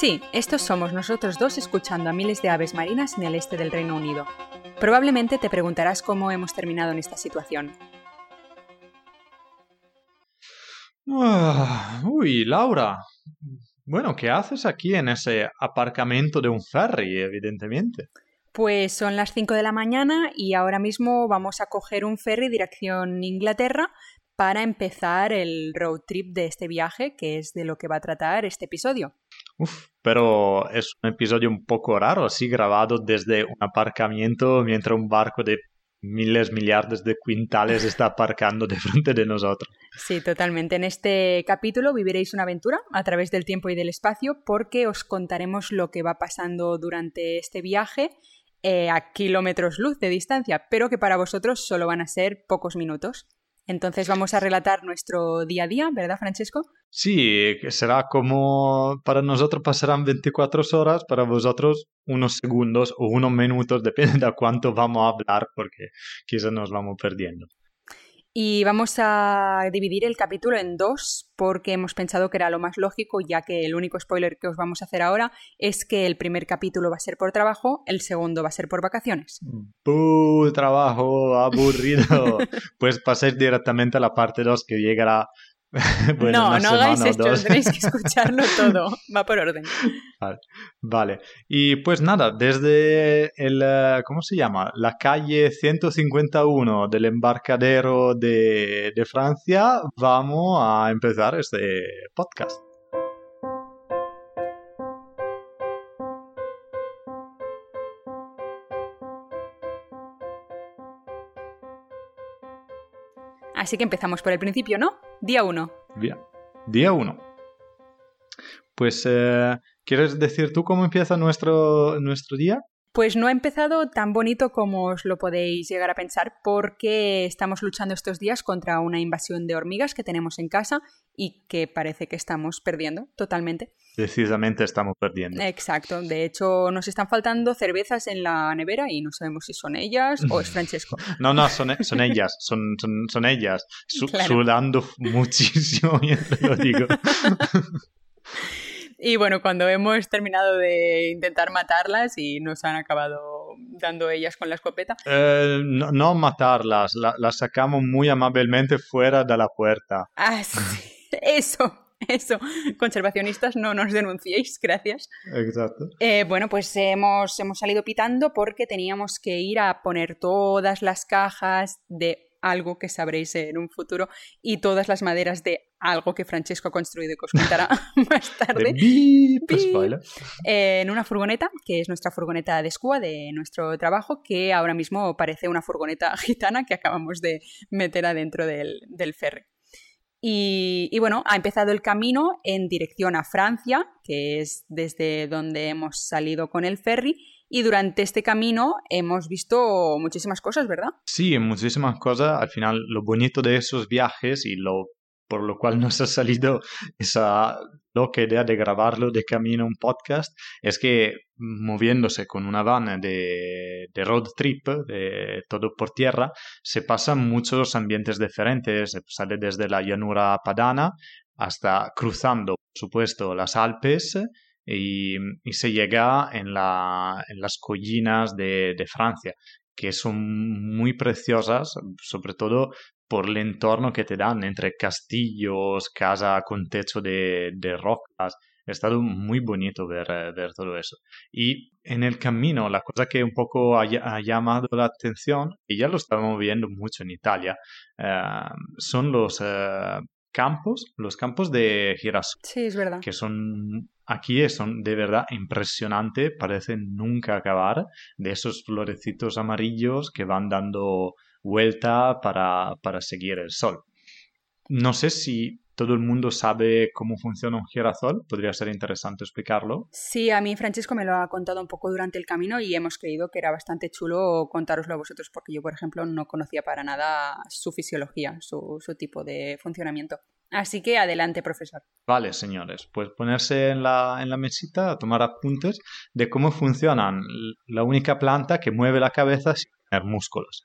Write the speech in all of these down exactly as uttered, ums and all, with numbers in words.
Sí, estos somos nosotros dos escuchando a miles de aves marinas en el este del Reino Unido. Probablemente te preguntarás cómo hemos terminado en esta situación. Uh, uy, Laura. Bueno, ¿qué haces aquí en ese aparcamiento de un ferry, evidentemente? Pues son las cinco de la mañana y ahora mismo vamos a coger un ferry dirección Inglaterra para empezar el road trip de este viaje, que es de lo que va a tratar este episodio. Uf, pero es un episodio un poco raro, así grabado desde un aparcamiento mientras un barco de miles, millardos de quintales está aparcando de frente de nosotros. Sí, totalmente. En este capítulo viviréis una aventura a través del tiempo y del espacio porque os contaremos lo que va pasando durante este viaje eh, a kilómetros luz de distancia, pero que para vosotros solo van a ser pocos minutos. Entonces vamos a relatar nuestro día a día, ¿verdad, Francesco? Sí, que será como para nosotros pasarán veinticuatro horas, para vosotros unos segundos o unos minutos, depende de cuánto vamos a hablar, porque quizás nos vamos perdiendo. Y vamos a dividir el capítulo en dos porque hemos pensado que era lo más lógico, ya que el único spoiler que os vamos a hacer ahora es que el primer capítulo va a ser por trabajo, el segundo va a ser por vacaciones. ¡Puh! Trabajo aburrido. Pues paséis directamente a la parte dos que llegará. Bueno, no, no hagáis esto, tenéis que escucharlo todo. Va por orden. Vale. Vale. Y pues nada, desde el, ¿cómo se llama? La calle ciento cincuenta y uno del embarcadero de, de Francia, vamos a empezar este podcast. Así que empezamos por el principio, ¿no? Día uno. Bien. Día uno. Pues, eh, ¿quieres decir tú cómo empieza nuestro, nuestro día? Pues no ha empezado tan bonito como os lo podéis llegar a pensar porque estamos luchando estos días contra una invasión de hormigas que tenemos en casa y que parece que estamos perdiendo totalmente. Precisamente estamos perdiendo. Exacto. De hecho, nos están faltando cervezas en la nevera y no sabemos si son ellas o es Francesco. No, no, son, son ellas. Son, son, son ellas. Su, claro. Sudando muchísimo mientras lo digo. Y bueno, cuando hemos terminado de intentar matarlas y nos han acabado dando ellas con la escopeta. Eh, no, no matarlas, la, las sacamos muy amablemente fuera de la puerta. Ah, sí. Eso. Eso, conservacionistas, no nos denunciéis, gracias. Exacto. Eh, bueno, pues hemos, hemos salido pitando porque teníamos que ir a poner todas las cajas de algo que sabréis en un futuro y todas las maderas de algo que Francesco ha construido y que os contará más tarde. Beep, Beep. Spoiler. Eh, en una furgoneta, que es nuestra furgoneta de escúa de nuestro trabajo, que ahora mismo parece una furgoneta gitana que acabamos de meter adentro del, del ferry. Y, y bueno, ha empezado el camino en dirección a Francia, que es desde donde hemos salido con el ferry, y durante este camino hemos visto muchísimas cosas, ¿verdad? Sí, muchísimas cosas. Al final, lo bonito de esos viajes y lo por lo cual nos ha salido esa loca idea de grabarlo de camino un podcast, es que moviéndose con una van de, de road trip, de todo por tierra, se pasan muchos ambientes diferentes. Se sale desde la llanura padana hasta cruzando, por supuesto, las Alpes y, y se llega en, la, en las collinas de, de Francia, que son muy preciosas, sobre todo por el entorno que te dan entre castillos, casa con techo de, de rocas. Ha estado muy bonito ver, ver todo eso. Y en el camino, la cosa que un poco ha, ha llamado la atención, y ya lo estamos viendo mucho en Italia, eh, son los eh, campos, los campos de girasol. Sí, es verdad. Que son, aquí son de verdad impresionantes, parecen nunca acabar, de esos florecitos amarillos que van dando vuelta para, para seguir el sol. No sé si todo el mundo sabe cómo funciona un girasol, podría ser interesante explicarlo. Sí, a mí Francesco me lo ha contado un poco durante el camino y hemos creído que era bastante chulo contároslo a vosotros porque yo, por ejemplo, no conocía para nada su fisiología, su, su tipo de funcionamiento. Así que adelante, profesor. Vale, señores, pues ponerse en la, en la mesita a tomar apuntes de cómo funcionan la única planta que mueve la cabeza sin tener músculos.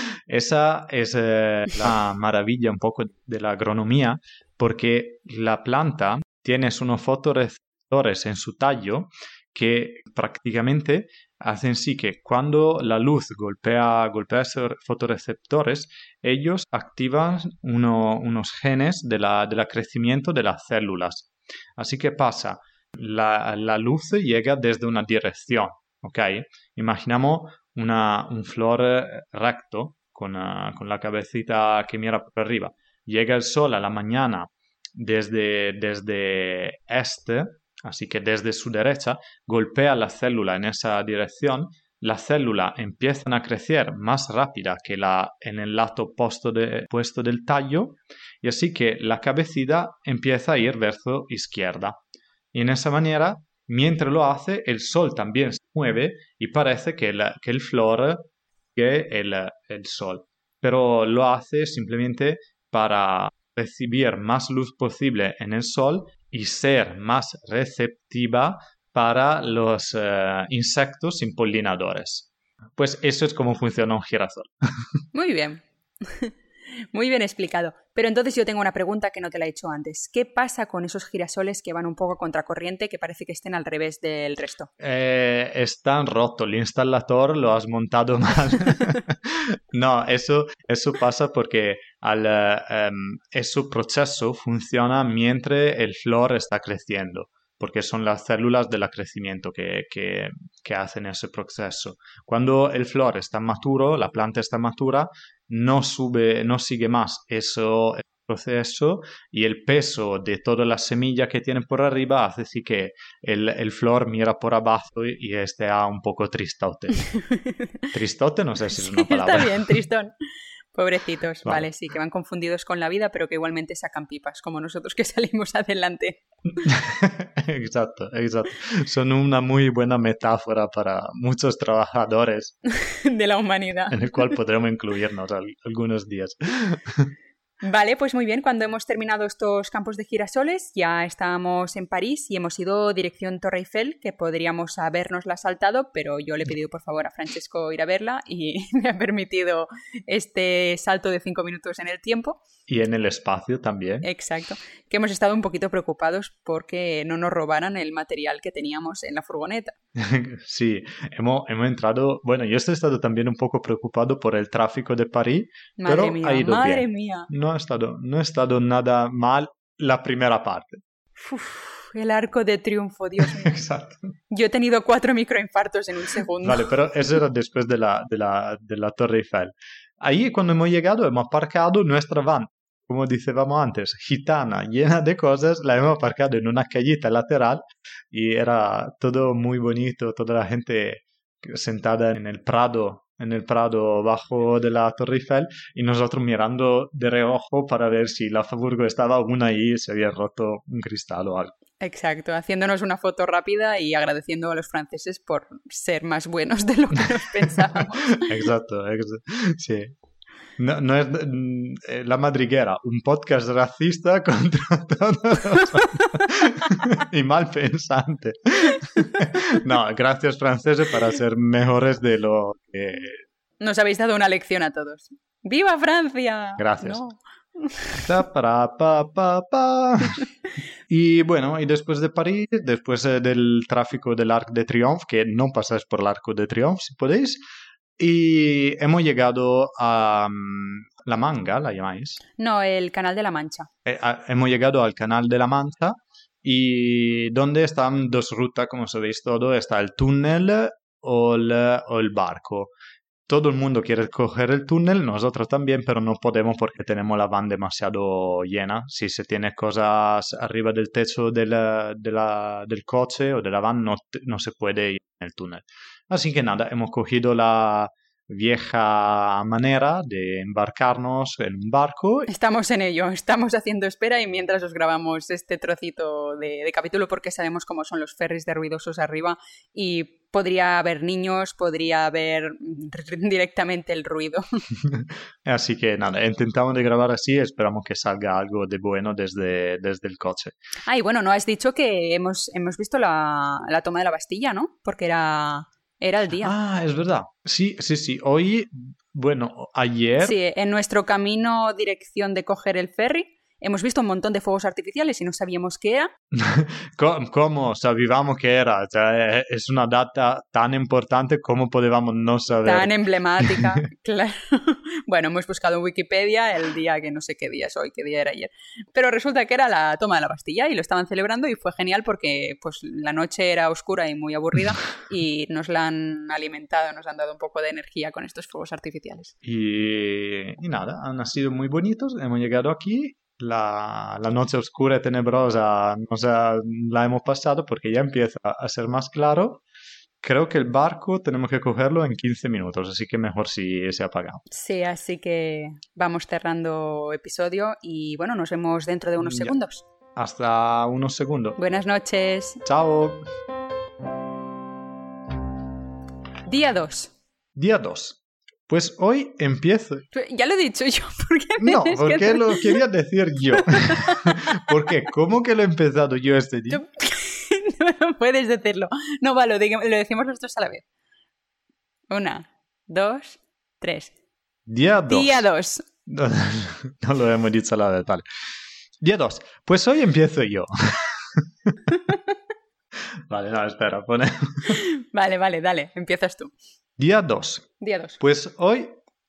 Esa es eh, la maravilla un poco de la agronomía, porque la planta tiene unos fotorreceptores fotorreceptores en su tallo que prácticamente hacen sí que cuando la luz golpea, golpea esos fotorreceptores, ellos activan uno, unos genes de la, de la crecimiento de las células. Así que pasa, la, la luz llega desde una dirección, ¿ok? Imaginamos una, un flor recto con, uh, con la cabecita que mira por arriba. Llega el sol a la mañana desde, desde este, así que desde su derecha, golpea la célula en esa dirección. Las células empiezan a crecer más rápida que la en el lado opuesto, de, opuesto del tallo, y así que la cabecita empieza a ir verso izquierda. Y en esa manera, mientras lo hace, el sol también se mueve y parece que el, que el flor sigue el, el sol. Pero lo hace simplemente para recibir más luz posible en el sol y ser más receptiva para los uh, insectos impolinadores. Pues eso es como funciona un girasol. Muy bien. Muy bien explicado. Pero entonces yo tengo una pregunta que no te la he hecho antes. ¿Qué pasa con esos girasoles que van un poco contracorriente, que parece que estén al revés del resto? Eh, están rotos. El instalador lo has montado mal. No, eso, eso pasa porque al, um, ese proceso funciona mientras el flor está creciendo, porque son las células del crecimiento que, que, que hacen ese proceso. Cuando el flor está maduro, la planta está madura, no sube, no sigue más ese proceso y el peso de toda la semilla que tiene por arriba hace así que el, el flor mira por abajo y, y esté un poco tristote. Tristote, no sé si es una Sí, palabra. está bien, tristón. Pobrecitos, vale. Vale, sí, que van confundidos con la vida, pero que igualmente sacan pipas, como nosotros que salimos adelante. Exacto, exacto. Son una muy buena metáfora para muchos trabajadores De la humanidad. en el cual podremos incluirnos al- algunos días. Vale, pues muy bien, cuando hemos terminado estos campos de girasoles ya estábamos en París y hemos ido dirección Torre Eiffel, que podríamos habernosla saltado, pero yo le he pedido por favor a Francesco ir a verla y me ha permitido este salto de cinco minutos en el tiempo. Y en el espacio también. Exacto, que hemos estado un poquito preocupados porque no nos robaran el material que teníamos en la furgoneta. Sí, hemos, hemos entrado, bueno, yo he estado también un poco preocupado por el tráfico de París, Madre pero mía, ha ido madre bien. mía. No ha estado, no ha estado nada mal la primera parte. Uf, el arco de triunfo, Dios mío. Exacto. Yo he tenido cuatro microinfartos en un segundo. Vale, pero eso era después de la, de la, de la Torre Eiffel. Ahí cuando hemos llegado hemos aparcado nuestra van, como decíamos antes, gitana, llena de cosas, la hemos aparcado en una callita lateral y era todo muy bonito, toda la gente sentada en el prado, en el prado bajo de la Torre Eiffel y nosotros mirando de reojo para ver si la furgo estaba aún ahí y se había roto un cristal o algo. Exacto, haciéndonos una foto rápida y agradeciendo a los franceses por ser más buenos de lo que nos pensábamos. Exacto, exacto, sí. No, no es mm, La Madriguera, un podcast racista contra todos los y mal pensante. No, gracias franceses para ser mejores de lo que... Nos habéis dado una lección a todos. ¡Viva Francia! Gracias. No. Ta, para, pa, pa, pa. Y bueno, y después de París, después eh, del tráfico del Arc de Triomphe, que no pasáis por el Arco de Triomphe si podéis, y hemos llegado a um, La Manga, ¿la llamáis? No, el Canal de la Mancha. Eh, a, hemos llegado al Canal de la Mancha y donde están dos rutas, como sabéis todo, está el túnel o el, o el barco. Todo el mundo quiere coger el túnel, nosotros también, pero no podemos porque tenemos la van demasiado llena. Si se tiene cosas arriba del techo de la, de la, del coche o de la van, no, no se puede ir en el túnel. Así que nada, hemos cogido la vieja manera de embarcarnos en un barco. Estamos en ello, estamos haciendo espera y mientras os grabamos este trocito de, de capítulo porque sabemos cómo son los ferries de ruidosos arriba y podría haber niños, podría haber directamente el ruido. Así que nada, intentamos de grabar así y esperamos que salga algo de bueno desde, desde el coche. Ah, y bueno, no has dicho que hemos, hemos visto la, la toma de la Bastilla, ¿no? Porque era... Era el día. Ah, es verdad. Sí, sí, sí. Hoy, bueno, ayer... Sí, en nuestro camino dirección de coger el ferry, hemos visto un montón de fuegos artificiales y no sabíamos qué era. ¿Cómo sabíamos que era? O sea, es una data tan importante, ¿cómo podíamos no saber? Tan emblemática, claro. Bueno, hemos buscado en Wikipedia el día que no sé qué día es hoy, qué día era ayer. Pero resulta que era la toma de la Bastilla y lo estaban celebrando y fue genial porque pues la noche era oscura y muy aburrida y nos la han alimentado, nos han dado un poco de energía con estos fuegos artificiales. Y, y nada, han sido muy bonitos, hemos llegado aquí. La, la noche oscura y tenebrosa nos ha, la hemos pasado porque ya empieza a ser más claro. Creo que el barco tenemos que cogerlo en quince minutos, así que mejor si se ha apagado. Sí, así que vamos cerrando episodio y bueno, nos vemos dentro de unos Ya. segundos. Hasta unos segundos. Buenas noches. Chao. Día dos. Día dos. Pues hoy empiezo... Ya lo he dicho yo. ¿Por qué No, tienes porque que... lo quería decir yo. Porque ¿cómo que lo he empezado yo este día? Tú- No puedes decirlo. No, va, lo, diga- lo decimos nosotros a la vez. Una, dos, tres. Día dos. Día dos. No, no lo hemos dicho a la vez, vale. Día dos. Pues hoy empiezo yo. Vale, no, espera, pone... Vale, vale, dale, empiezas tú. Día dos. Día dos. Pues hoy...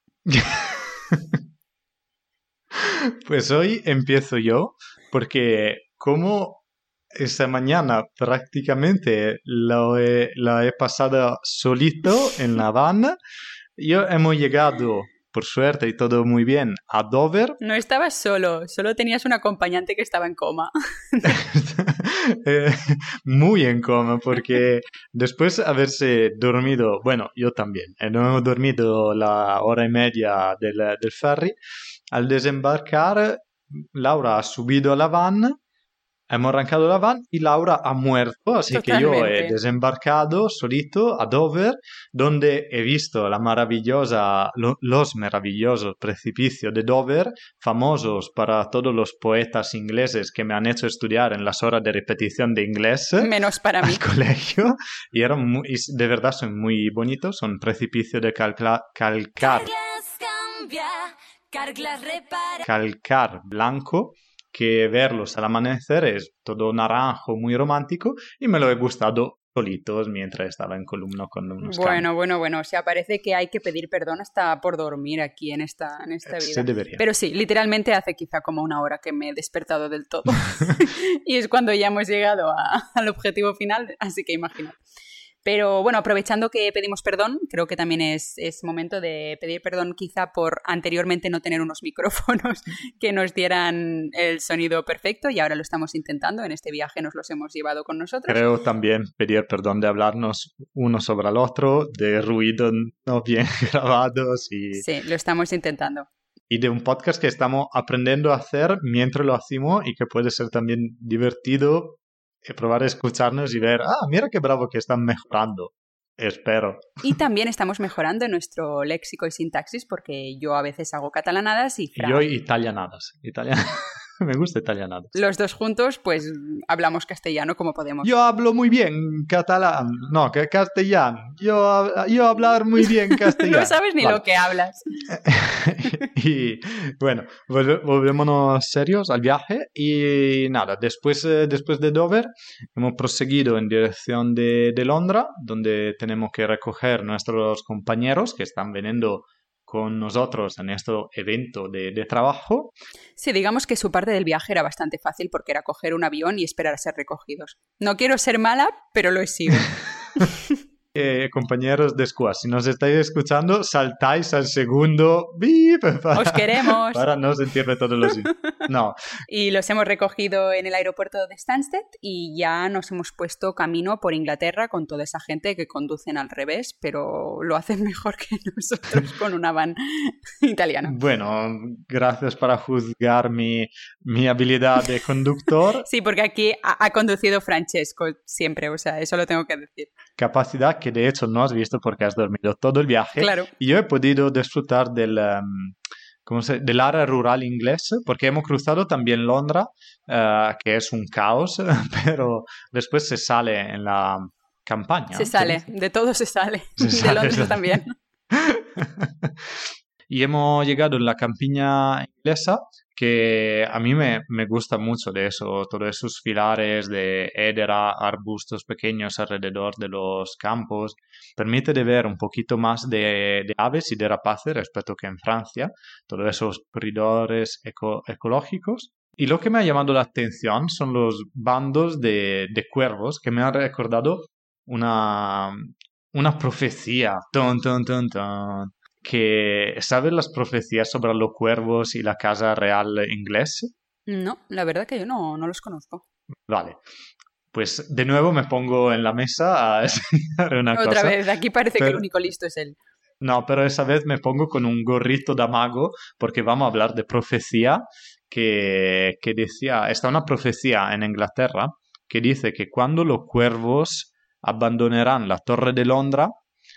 Pues hoy empiezo yo, porque como esta mañana prácticamente lo he, la he pasado solito en la van, yo hemos llegado, por suerte y todo muy bien, a Dover. No estabas solo, solo tenías un acompañante que estaba en coma. Eh, muy en coma, porque después de haberse dormido, bueno, yo también, eh, no hemos dormido la hora y media del, del ferry, al desembarcar, Laura ha subido a la van, hemos arrancado la van y Laura ha muerto, así que yo he Totalmente. desembarcado solito a Dover, donde he visto la maravillosa, lo- los maravillosos precipicios de Dover, famosos para todos los poetas ingleses que me han hecho estudiar en las horas de repetición de inglés Menos para mí. al colegio, y eran muy, y de verdad son muy bonitos, son precipicios de calcla- calcar, Carglass cambia, Carglass repara. calcar blanco, que verlos al amanecer es todo naranjo, muy romántico, y me lo he gustado solitos mientras estaba en columna con unos Bueno, bueno, bueno. O sea, parece que hay que pedir perdón hasta por dormir aquí en esta, en esta cambios. vida. Se debería. Pero sí, literalmente hace quizá como una hora que me he despertado del todo. Y es cuando ya hemos llegado a- al objetivo final, así que imagino. Pero bueno, aprovechando que pedimos perdón, creo que también es, es momento de pedir perdón quizá por anteriormente no tener unos micrófonos que nos dieran el sonido perfecto y ahora lo estamos intentando. En este viaje nos los hemos llevado con nosotros. Creo también pedir perdón de hablarnos uno sobre el otro, de ruidos no bien grabados y, Sí, lo estamos intentando. y de un podcast que estamos aprendiendo a hacer mientras lo hacemos y que puede ser también divertido eh, probar a escucharnos y ver, ah, mira qué bravo que están mejorando. Espero. Y también estamos mejorando en nuestro léxico y sintaxis porque yo a veces hago catalanadas y Y Fran, yo italianadas. Italian... Me gusta italianadas. los dos juntos, pues hablamos castellano como podemos. Yo hablo muy bien catalán. No, que castellano. Yo, hab- yo hablar muy bien castellano. No sabes ni Vale. lo que hablas. Y bueno, volve- volvémonos serios al viaje y nada, después, eh, después de Dover hemos proseguido en dirección de, de Londres, donde tenemos que recoger nuestros compañeros que están viniendo con nosotros en este evento de, de trabajo. Sí, digamos que su parte del viaje era bastante fácil porque era coger un avión y esperar a ser recogidos. No quiero ser mala, pero lo he sido. Eh, compañeros de Squad, si nos estáis escuchando, saltáis al segundo bip para, Os queremos. para no sentirme todos los... No, Y los hemos recogido en el aeropuerto de Stansted y ya nos hemos puesto camino por Inglaterra con toda esa gente que conducen al revés, pero lo hacen mejor que nosotros con una van italiana. bueno, gracias para juzgar mi, mi habilidad de conductor, Sí, porque aquí ha, ha conducido Francesco siempre, o sea, eso lo tengo que decir. capacidad que de hecho no has visto porque has dormido todo el viaje. Claro. Y yo he podido disfrutar del, um, ¿cómo se, del área rural inglés porque hemos cruzado también Londres, uh, que es un caos, pero después se sale en la campaña. Se sale, de todo se sale, Se de sale, Londres se- también. y hemos llegado en la campiña inglesa, que a mí me, me gusta mucho de eso, todos esos pilares de edera, arbustos pequeños alrededor de los campos, permite de ver un poquito más de, de aves y de rapaces respecto que en Francia, todos esos corredores eco, ecológicos. Y lo que me ha llamado la atención son los bandos de, de cuervos que me han recordado una, una profecía. Ton, ton, ton, ton. Que, ¿sabes las profecías sobre los cuervos y la casa real inglesa? No, la verdad que yo no, no los conozco. Vale. Pues de nuevo me pongo en la mesa a enseñar una Otra cosa. Otra vez, aquí parece pero... que el único listo es él. No, pero esa vez me pongo con un gorrito de mago porque vamos a hablar de profecía que, que decía, está una profecía en Inglaterra que dice que cuando los cuervos abandonerán la Torre de Londra,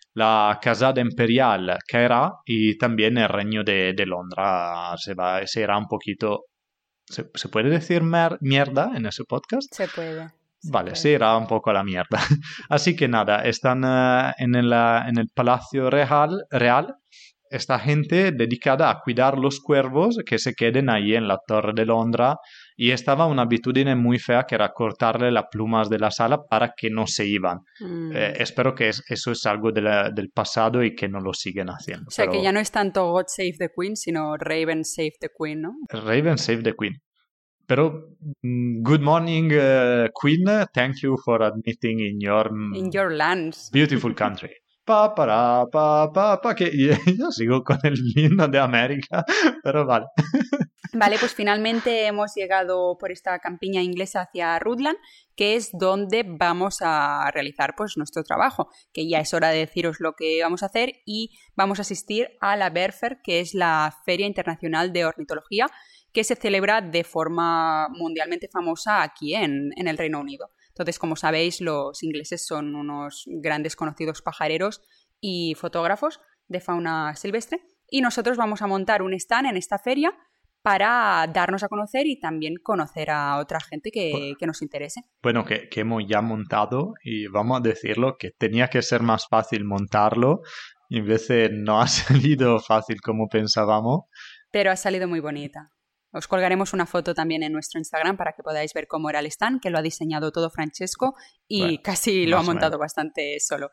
la casada imperial caerá y también el reino de, de Londra se, va, se irá un poquito... ¿Se, ¿se puede decir mer, mierda en ese podcast? Se puede. Vale, se irá un poco a la mierda. Así que nada, están uh, en, el, uh, en el Palacio Real, Real esta gente dedicada a cuidar los cuervos que se queden ahí en la Torre de Londra, y estaba una habitude muy fea que era cortarle las plumas de la sala para que no se iban. Mm. Eh, espero que es, eso es algo de la, del pasado y que no lo siguen haciendo. O sea, pero... que ya no es tanto God Save the Queen, sino Raven Save the Queen, ¿no? Raven Save the Queen. Pero, good morning, uh, Queen. Thank you for admitting in your... In your lands. Beautiful country. Pa, para, pa, pa, pa, que yo sigo con el himno de América, pero vale. Vale, pues finalmente hemos llegado por esta campiña inglesa hacia Rutland, que es donde vamos a realizar pues nuestro trabajo, que ya es hora de deciros lo que vamos a hacer, y vamos a asistir a la BERFAIR, que es la Feria Internacional de Ornitología, que se celebra de forma mundialmente famosa aquí en, en el Reino Unido. Entonces, como sabéis, los ingleses son unos grandes conocidos pajareros y fotógrafos de fauna silvestre, y nosotros vamos a montar un stand en esta feria para darnos a conocer y también conocer a otra gente que, que nos interese. Bueno, que, que hemos ya montado, y vamos a decirlo, que tenía que ser más fácil montarlo, y en vez de no ha salido fácil como pensábamos. Pero ha salido muy bonita. Os colgaremos una foto también en nuestro Instagram para que podáis ver cómo era el stand, que lo ha diseñado todo Francesco y bueno, casi lo ha montado bastante solo.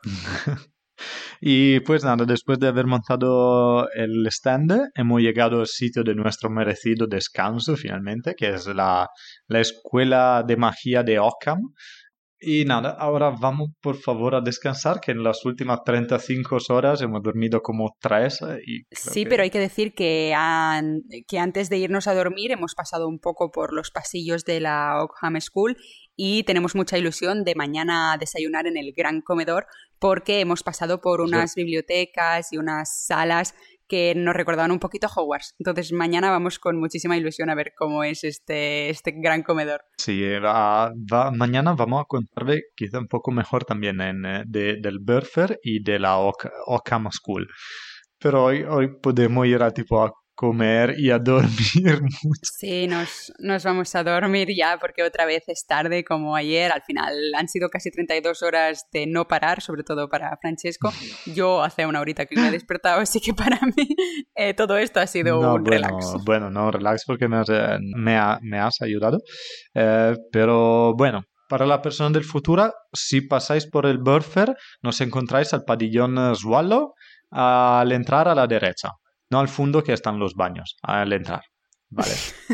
Y pues nada, después de haber montado el stand, hemos llegado al sitio de nuestro merecido descanso finalmente, que es la, la Escuela de Magia de Ockham. Y nada, ahora vamos por favor a descansar, que en las últimas treinta y cinco horas hemos dormido como tres. Y sí, que... pero hay que decir que, an... que antes de irnos a dormir hemos pasado un poco por los pasillos de la Ockham School y tenemos mucha ilusión de mañana desayunar en el gran comedor, porque hemos pasado por unas sí. bibliotecas y unas salas que nos recordaban un poquito a Hogwarts. Entonces mañana vamos con muchísima ilusión a ver cómo es este, este gran comedor. Sí, va, va, mañana vamos a contarle quizá un poco mejor también en, de, del BERFAIR y de la Oc- Ockham School. Pero hoy, hoy podemos ir a tipo a comer y a dormir mucho. Sí, nos, nos vamos a dormir ya porque otra vez es tarde como ayer. Al final han sido casi treinta y dos horas de no parar, sobre todo para Francesco. Yo hace una horita que me he despertado, así que para mí eh, todo esto ha sido no, un bueno, relax. Bueno, no, relax porque me has, me ha, me has ayudado. Eh, pero bueno, para la persona del futuro, si pasáis por el BERFAIR, nos encontráis al pabellón Swallow al entrar a la derecha. No al fondo, que están los baños, al entrar. Vale.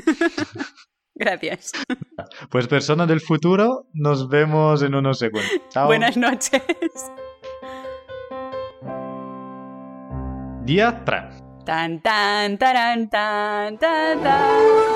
Gracias. Pues persona del futuro, nos vemos en unos segundos. Chao. Buenas noches. Día tres. Tan, tan, taran, tan, tan, tan.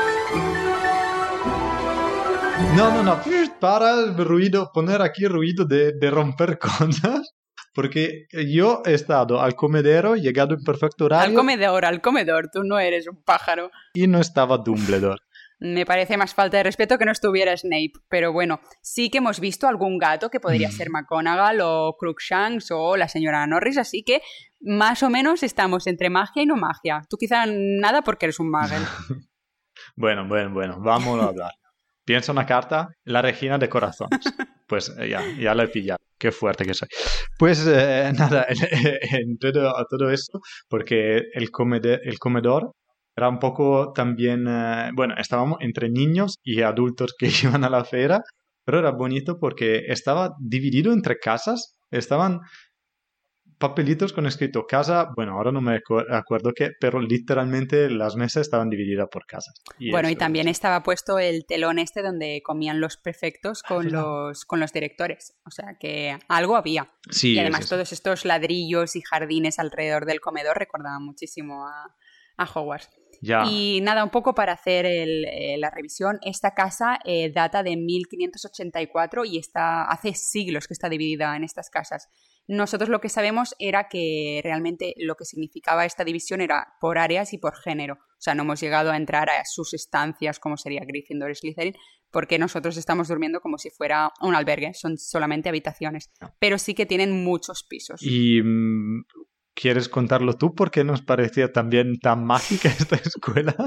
No, no, no. Para el ruido, poner aquí ruido de, de romper cosas. Porque yo he estado al comedero, llegado en perfecto horario. Al comedor, al comedor, tú no eres un pájaro. Y no estaba Dumbledore. Me parece más falta de respeto que no estuviera Snape, pero bueno, sí que hemos visto algún gato que podría ser McGonagall o Crookshanks o la señora Norris, así que más o menos estamos entre magia y no magia. Tú quizá nada porque eres un muggle. Bueno, bueno, bueno, vamos a hablar. piensa una carta, la Regina de Corazones. Pues eh, ya, ya la he pillado. Qué fuerte que soy. Pues eh, nada, entré a todo esto porque el, comede- el comedor era un poco también, eh, bueno, estábamos entre niños y adultos que iban a la feria, pero era bonito porque estaba dividido entre casas, estaban papelitos con escrito casa, bueno, ahora no me acu- acuerdo qué, pero literalmente las mesas estaban divididas por casas. Y Bueno, y eso también es- estaba puesto el telón este donde comían los prefectos con verdad. los, con los directores. O sea que algo había. Sí, Y es además eso. todos estos ladrillos y jardines alrededor del comedor recordaban muchísimo a, a Hogwarts. Ya, Y nada, un poco para hacer el- eh, la revisión, esta casa eh, data de mil quinientos ochenta y cuatro y está, hace siglos que está dividida en estas casas. Nosotros lo que sabemos era que realmente lo que significaba esta división era por áreas y por género. O sea, no hemos llegado a entrar a sus estancias como sería Gryffindor y Slytherin, porque nosotros estamos durmiendo como si fuera un albergue, son solamente habitaciones. Pero sí que tienen muchos pisos. y mm, ¿quieres contarlo tú? ¿Por qué nos parecía también tan mágica esta escuela?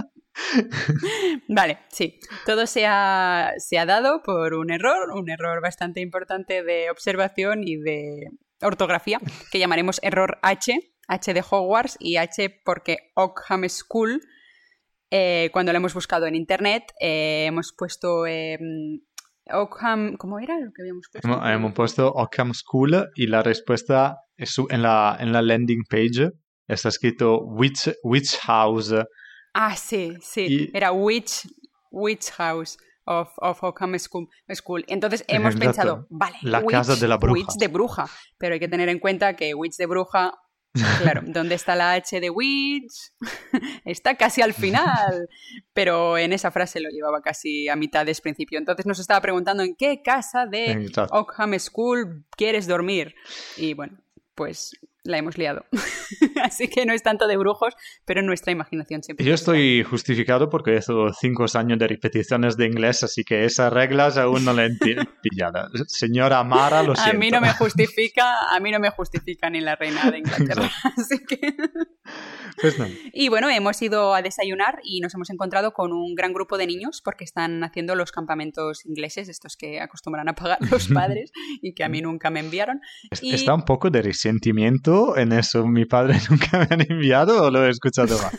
Vale, sí. Todo se ha, se ha dado por un error, un error bastante importante de observación y de ortografía, que llamaremos error H, H de Hogwarts y H porque Oakham School, eh, cuando lo hemos buscado en internet, eh, hemos puesto eh, Oakham, ¿cómo era lo que habíamos puesto? Hemos, hemos puesto Oakham School y la respuesta es su- en la, en la landing page está escrito Witch, Witch House. Ah, sí, sí, Y- era Witch, Witch House of, of Oakham School. School. Entonces hemos Exacto. pensado, vale, La witch, casa de la bruja. Witch de bruja, pero hay que tener en cuenta que Witch de bruja, claro, ¿dónde está la H de Witch? Está casi al final, pero en esa frase lo llevaba casi a mitad de principio. Entonces nos estaba preguntando en qué casa de Exacto. Oakham School quieres dormir. Y bueno, pues la hemos liado. Así que no es tanto de brujos, pero en nuestra imaginación siempre. Yo estoy justificado porque he hecho cinco años de repeticiones de inglés, así que esas reglas aún no las he pillado. Señora Mara, lo siento. A mí no me justifica, a mí no me justifica ni la reina de Inglaterra. Así que... Pues no. Y bueno, hemos ido a desayunar y nos hemos encontrado con un gran grupo de niños porque están haciendo los campamentos ingleses, estos que acostumbran a pagar los padres y que a mí nunca me enviaron. Y... ¿Está un poco de resentimiento en eso? ¿Mi padre nunca me han enviado o lo he escuchado mal?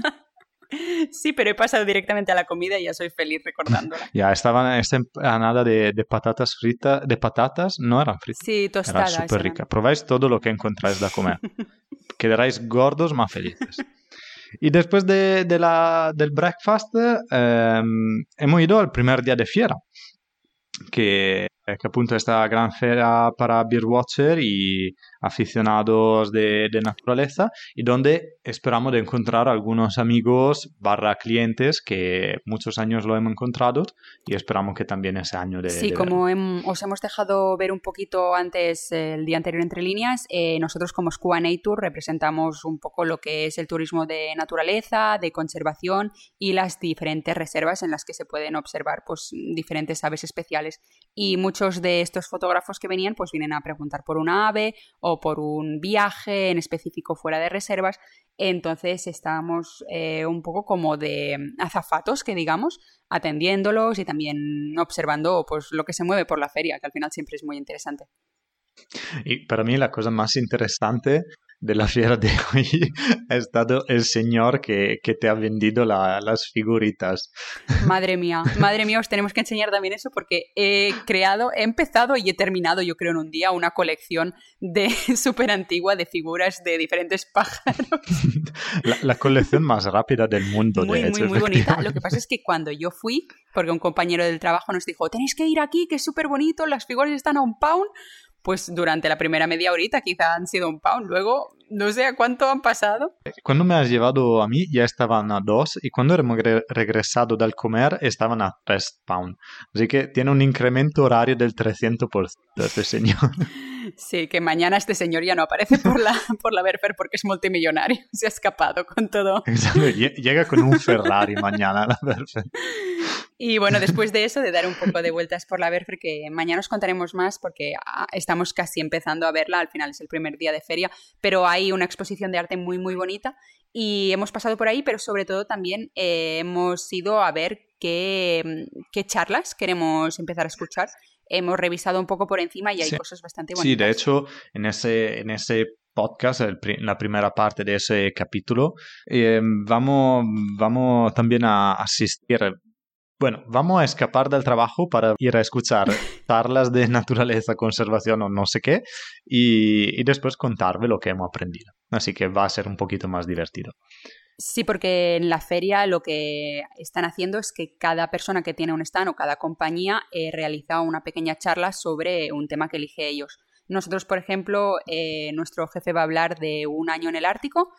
Sí, pero he pasado directamente a la comida y ya soy feliz recordándola. Ya, estaban esta empanada de, de patatas fritas, de patatas, no eran fritas. Sí, tostadas. Era súper eran. rica. Probáis todo lo que encontráis de comer. Quedaréis gordos, más felices. Y después de, de la, del breakfast, eh, hemos ido al primer día de fiera, que, que appunto è esta gran feria para Birdwatcher y aficionados de, de naturaleza, y donde esperamos de encontrar algunos amigos barra clientes que muchos años lo hemos encontrado y esperamos que también ese año de... Sí, de como hem, os hemos dejado ver un poquito antes eh, el día anterior entre líneas, eh, nosotros como Scuba Nature representamos un poco lo que es el turismo de naturaleza, de conservación y las diferentes reservas en las que se pueden observar pues diferentes aves especiales. Y muchos de estos fotógrafos que venían pues vienen a preguntar por una ave o por un viaje en específico fuera de reservas. Entonces estábamos eh, un poco como de azafatos, que digamos, atendiéndolos y también observando pues lo que se mueve por la feria, que al final siempre es muy interesante. Y para mí la cosa más interesante de la fiera de hoy ha estado el señor que, que te ha vendido la, las figuritas. Madre mía, madre mía, os tenemos que enseñar también eso porque he creado, he empezado y he terminado, yo creo, en un día una colección de súper antigua de figuras de diferentes pájaros. La, la colección más rápida del mundo, Muy, de hecho. muy, muy bonita. Lo que pasa es que cuando yo fui, porque un compañero del trabajo nos dijo, tenéis que ir aquí, que es súper bonito, las figuras están a un pound, pues durante la primera media horita quizá han sido un pound. Luego, no sé a cuánto han pasado. Cuando me has llevado a mí ya estaban a dos y cuando hemos re- regresado del comer estaban a tres pounds. Así que tiene un incremento horario del trescientos por ciento este señor. Sí, que mañana este señor ya no aparece por la, por la Berfer porque es multimillonario. Se ha escapado con todo. Exacto. Lle- Llega con un Ferrari mañana a la Berfer. Y bueno, después de eso, de dar un poco de vueltas por la Berfer, que mañana os contaremos más porque ah, estamos casi empezando a verla, al final es el primer día de feria, pero hay una exposición de arte muy, muy bonita y hemos pasado por ahí, pero sobre todo también eh, hemos ido a ver qué, qué charlas queremos empezar a escuchar. Hemos revisado un poco por encima y hay Sí. cosas bastante bonitas. Sí, de hecho, en ese, en ese podcast, el pri- la primera parte de ese capítulo, eh, vamos, vamos también a asistir. Bueno, vamos a escapar del trabajo para ir a escuchar charlas de naturaleza, conservación o no sé qué, y, y después contarme lo que hemos aprendido. Así que va a ser un poquito más divertido. Sí, porque en la feria lo que están haciendo es que cada persona que tiene un stand o cada compañía eh, realiza una pequeña charla sobre un tema que elige ellos. Nosotros, por ejemplo, eh, nuestro jefe va a hablar de un año en el Ártico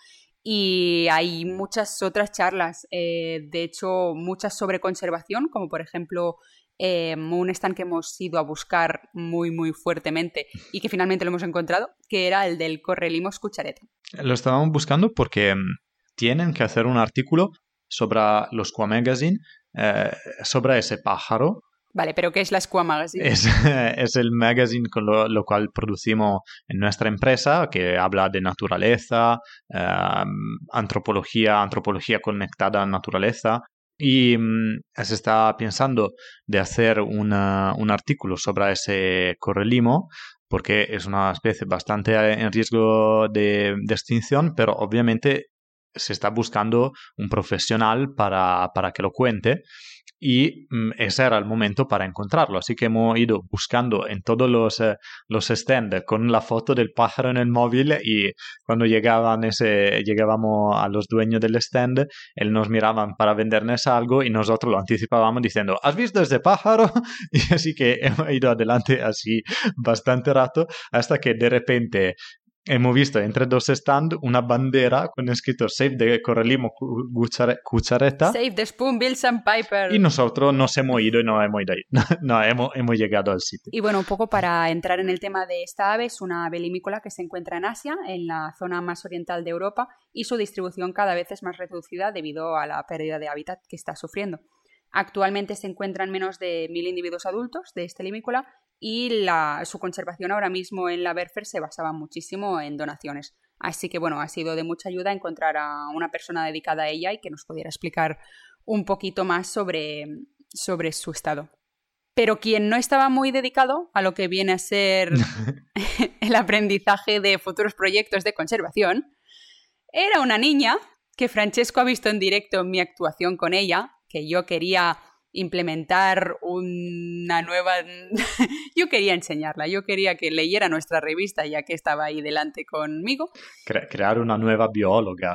y hay muchas otras charlas, eh, de hecho muchas sobre conservación, como por ejemplo eh, un stand que hemos ido a buscar muy muy fuertemente y que finalmente lo hemos encontrado, que era el del Correlimos cuchareta. Lo estábamos buscando porque mm, tienen que hacer un artículo sobre los Squam Magazine, eh, sobre ese pájaro. Vale, pero ¿qué es la Squam Magazine? Es, es el magazine con lo, lo cual producimos en nuestra empresa, que habla de naturaleza, eh, antropología, antropología conectada a naturaleza. Y mm, se está pensando de hacer una, un artículo sobre ese correlimo, porque es una especie bastante en riesgo de, de extinción, pero obviamente se está buscando un profesional para, para que lo cuente. Y mm, ese era el momento para encontrarlo, así que hemos ido buscando en todos los, eh, los stands con la foto del pájaro en el móvil, y cuando llegaban ese, llegábamos a los dueños del stand, él nos miraban para vendernos algo y nosotros lo anticipábamos diciendo ¿has visto ese pájaro? Y así que hemos ido adelante así bastante rato hasta que de repente hemos visto entre dos stands una bandera con escrito Save the Correlimo Cuchareta. Save the Spoonbill Sandpiper. Y nosotros nos hemos ido y no hemos ido ahí. No, hemos, hemos llegado al sitio. Y bueno, un poco para entrar en el tema de esta ave, es una ave limícola que se encuentra en Asia, en la zona más oriental de Europa, y su distribución cada vez es más reducida debido a la pérdida de hábitat que está sufriendo. Actualmente se encuentran menos de mil individuos adultos de este limícola y la, su conservación ahora mismo en la Berfer se basaba muchísimo en donaciones. Así que bueno, ha sido de mucha ayuda encontrar a una persona dedicada a ella y que nos pudiera explicar un poquito más sobre, sobre su estado. Pero quien no estaba muy dedicado a lo que viene a ser el aprendizaje de futuros proyectos de conservación era una niña que Francesco ha visto en directo en mi actuación con ella, que yo quería implementar una nueva... yo quería enseñarla, yo quería que leyera nuestra revista ya que estaba ahí delante conmigo. Cre- crear una nueva bióloga.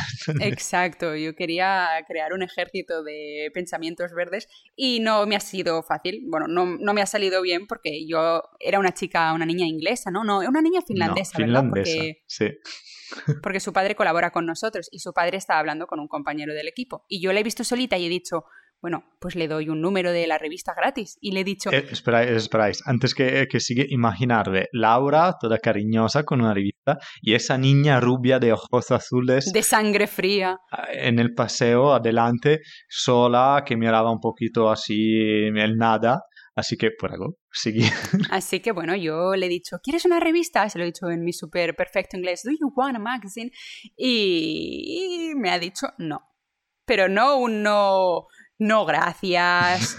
Exacto, yo quería crear un ejército de pensamientos verdes y no me ha sido fácil, bueno, no, no me ha salido bien porque yo era una chica, una niña inglesa, ¿no? No, una niña finlandesa, no, ¿verdad? finlandesa, porque, sí. Porque su padre colabora con nosotros y su padre estaba hablando con un compañero del equipo y yo la he visto solita y he dicho... Bueno, pues le doy un número de la revista gratis y le he dicho... Eh, esperáis, esperáis, antes que, que sigue, imaginarme Laura, toda cariñosa, con una revista, y esa niña rubia de ojos azules... De sangre fría. En el paseo, adelante, sola, que miraba un poquito así el nada. Así que, por algo, seguí. Así que, bueno, yo le he dicho, ¿quieres una revista? Se lo he dicho en mi súper perfecto inglés, ¿do you want a magazine? Y... y me ha dicho no. Pero no un no... No, gracias.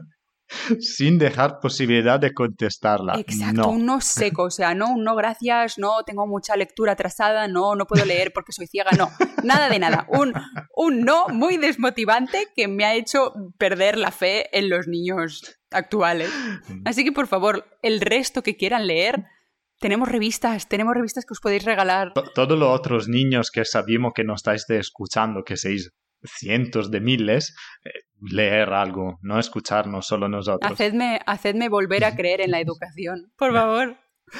Sin dejar posibilidad de contestarla. Exacto, no. un no seco, o sea, no, un no gracias, no, tengo mucha lectura atrasada, no, no puedo leer porque soy ciega, no, nada de nada. Un, un no muy desmotivante que me ha hecho perder la fe en los niños actuales. Así que, por favor, el resto que quieran leer... Tenemos revistas, tenemos revistas que os podéis regalar. Todos los otros niños que sabemos que nos estáis escuchando, que sois cientos de miles, eh, leer algo, no escucharnos solo nosotros. Hacedme, hacedme volver a creer en la educación, por favor.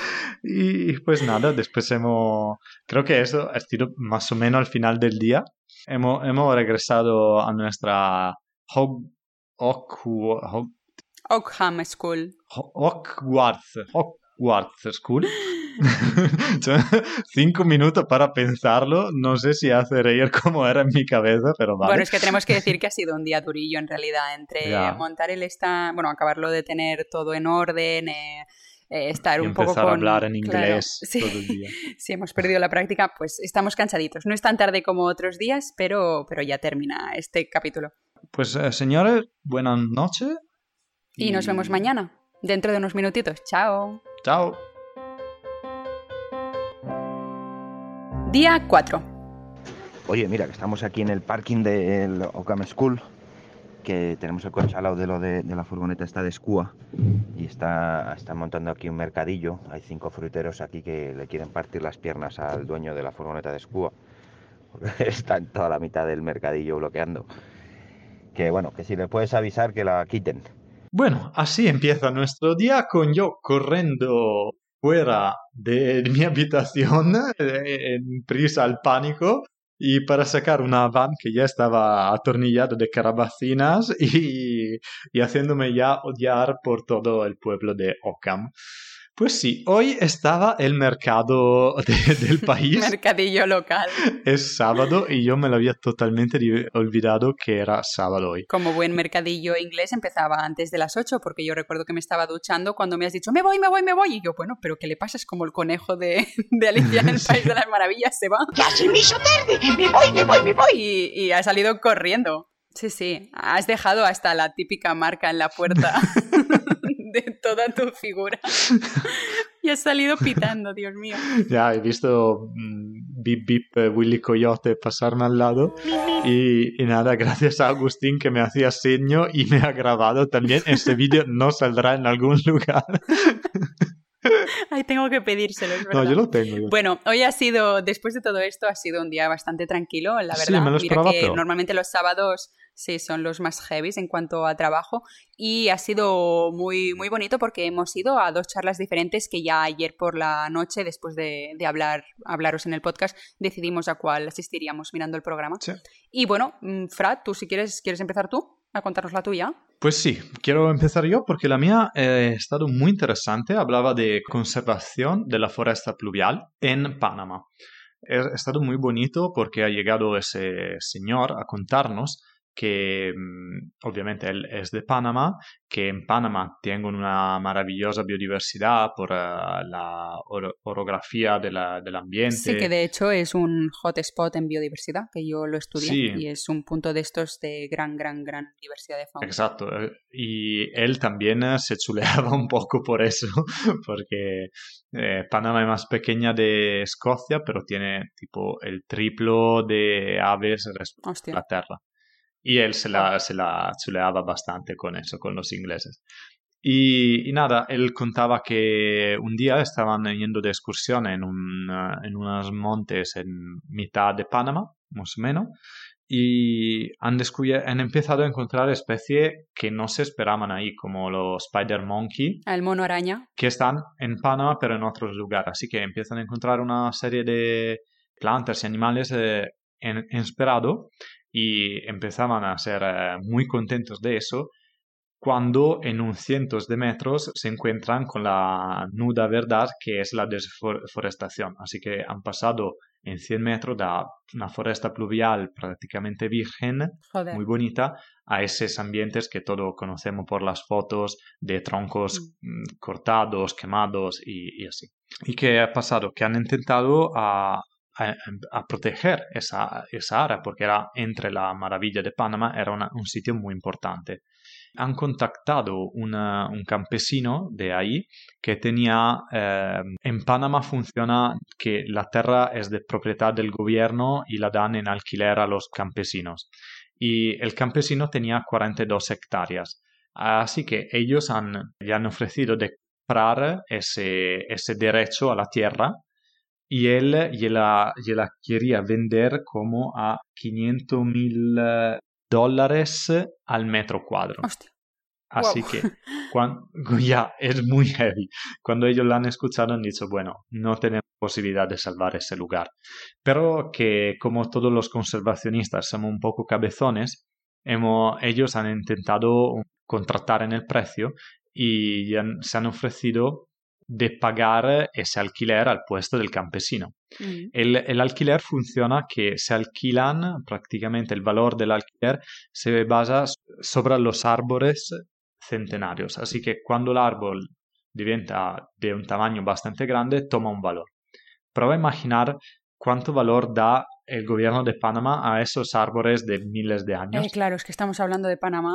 Y pues nada, después hemos... Creo que eso ha sido más o menos al final del día. Hemos, hemos regresado a nuestra Hog... Hog... Hog... Ockham School. Hogwarts. Hogwarts School. Cinco minutos para pensarlo. No sé si hace reír como era en mi cabeza, pero vale. Bueno, es que tenemos que decir que ha sido un día durillo en realidad. Entre ya. montar el stand, bueno, acabarlo de tener todo en orden, eh, eh, estar y un poco con... empezar a hablar en inglés claro, sí. todo el día. Si hemos perdido la práctica, pues estamos cansaditos. No es tan tarde como otros días, pero, pero ya termina este capítulo. pues eh, señores, buenas noches. Y... y nos vemos mañana, dentro de unos minutitos. Chao. Chao. Día cuatro. Oye, mira, que estamos aquí en el parking del Occam School, que tenemos el coche al lado de lo de, de la furgoneta esta de Skua, y está, está montando aquí un mercadillo. Hay cinco fruteros aquí que le quieren partir las piernas al dueño de la furgoneta de Skua, porque está en toda la mitad del mercadillo bloqueando. Que bueno, que si le puedes avisar que la quiten. Bueno, así empieza nuestro día con yo corriendo fuera de mi habitación en prisa al pánico y para sacar una van que ya estaba atornillada de carabacinas y, y haciéndome ya odiar por todo el pueblo de Occam. Pues sí, hoy estaba el mercado de, del país. Mercadillo local. Es sábado y yo me lo había totalmente olvidado que era sábado hoy. Como buen mercadillo inglés empezaba antes de las ocho, porque yo recuerdo que me estaba duchando cuando me has dicho me voy, me voy, me voy. Y yo, bueno, pero ¿qué le pasa? Es como el conejo de, de Alicia en el País de las Maravillas, se va. ¡Ya se me hizo tarde! ¡Me voy, me voy, me voy! Y, y ha salido corriendo. Sí, sí, has dejado hasta la típica marca en la puerta de toda tu figura. Y has salido pitando, Dios mío. Ya, he visto mm, Bip Bip eh, Willy Coyote pasarme al lado y, y nada, gracias a Agustín que me hacía seño y me ha grabado también. Este vídeo no saldrá en algún lugar. Ay, tengo que pedírselo, es verdad. No, yo lo tengo. Yo. Bueno, hoy ha sido, después de todo esto, ha sido un día bastante tranquilo, la verdad. Sí, me lo esperaba, Mira que pero... normalmente los sábados sí son los más heavies en cuanto a trabajo y ha sido muy, muy bonito porque hemos ido a dos charlas diferentes que ya ayer por la noche, después de, de hablar, hablaros en el podcast, decidimos a cuál asistiríamos mirando el programa. Sí. Y bueno, Fra, tú si quieres, ¿quieres empezar tú a contarnos la tuya? Pues sí, quiero empezar yo porque la mía eh, ha estado muy interesante. Hablaba de conservación de la foresta pluvial en Panamá. Ha estado muy bonito porque ha llegado ese señor a contarnos que obviamente él es de Panamá, que en Panamá tienen una maravillosa biodiversidad por uh, la or orografía de la, del ambiente. Sí, que de hecho es un hotspot en biodiversidad, que yo lo estudié, sí. Y es un punto de estos de gran, gran, gran diversidad de fauna. Exacto, y él también se chuleaba un poco por eso, porque eh, Panamá es más pequeña de Escocia, pero tiene tipo el triplo de aves respecto a la Tierra. Y él se la, se la chuleaba bastante con eso, con los ingleses. Y, y nada, él contaba que un día estaban yendo de excursión en, un, en unos montes en mitad de Panamá, más o menos, y han, han empezado a encontrar especies que no se esperaban ahí, como los spider monkey. El mono araña. Que están en Panamá, pero en otros lugares. Así que empiezan a encontrar una serie de plantas y animales eh, inesperados. Y empezaban a ser eh, muy contentos de eso cuando en un cientos de metros se encuentran con la nuda verdad que es la deforestación. Así que han pasado en cien metros de una foresta pluvial prácticamente virgen, Joder. Muy bonita, a esos ambientes que todos conocemos por las fotos de troncos mm. cortados, quemados y, y así. ¿Y qué ha pasado? Que han intentado a A, a proteger esa, esa área porque era entre la maravilla de Panamá, era una, un sitio muy importante. Han contactado una, un campesino de ahí que tenía, eh, en Panamá funciona que la tierra es de propiedad del gobierno y la dan en alquiler a los campesinos. Y el campesino tenía cuarenta y dos hectáreas. Así que ellos han, le han ofrecido de comprar ese, ese derecho a la tierra. Y él la, la quería vender como a quinientos mil dólares al metro cuadrado. Hostia. Así wow. que cuando, ya es muy heavy. Cuando ellos lo han escuchado han dicho, bueno, no tenemos posibilidad de salvar ese lugar. Pero que como todos los conservacionistas somos un poco cabezones, hemos, ellos han intentado contratar en el precio y han, se han ofrecido de pagar ese alquiler al puesto del campesino. Mm. El, el alquiler funciona que se alquilan, prácticamente el valor del alquiler se basa sobre los árboles centenarios. Así que cuando el árbol diventa de un tamaño bastante grande, toma un valor. Prueba a imaginar cuánto valor da el gobierno de Panamá a esos árboles de miles de años. Eh, claro, es que estamos hablando de Panamá.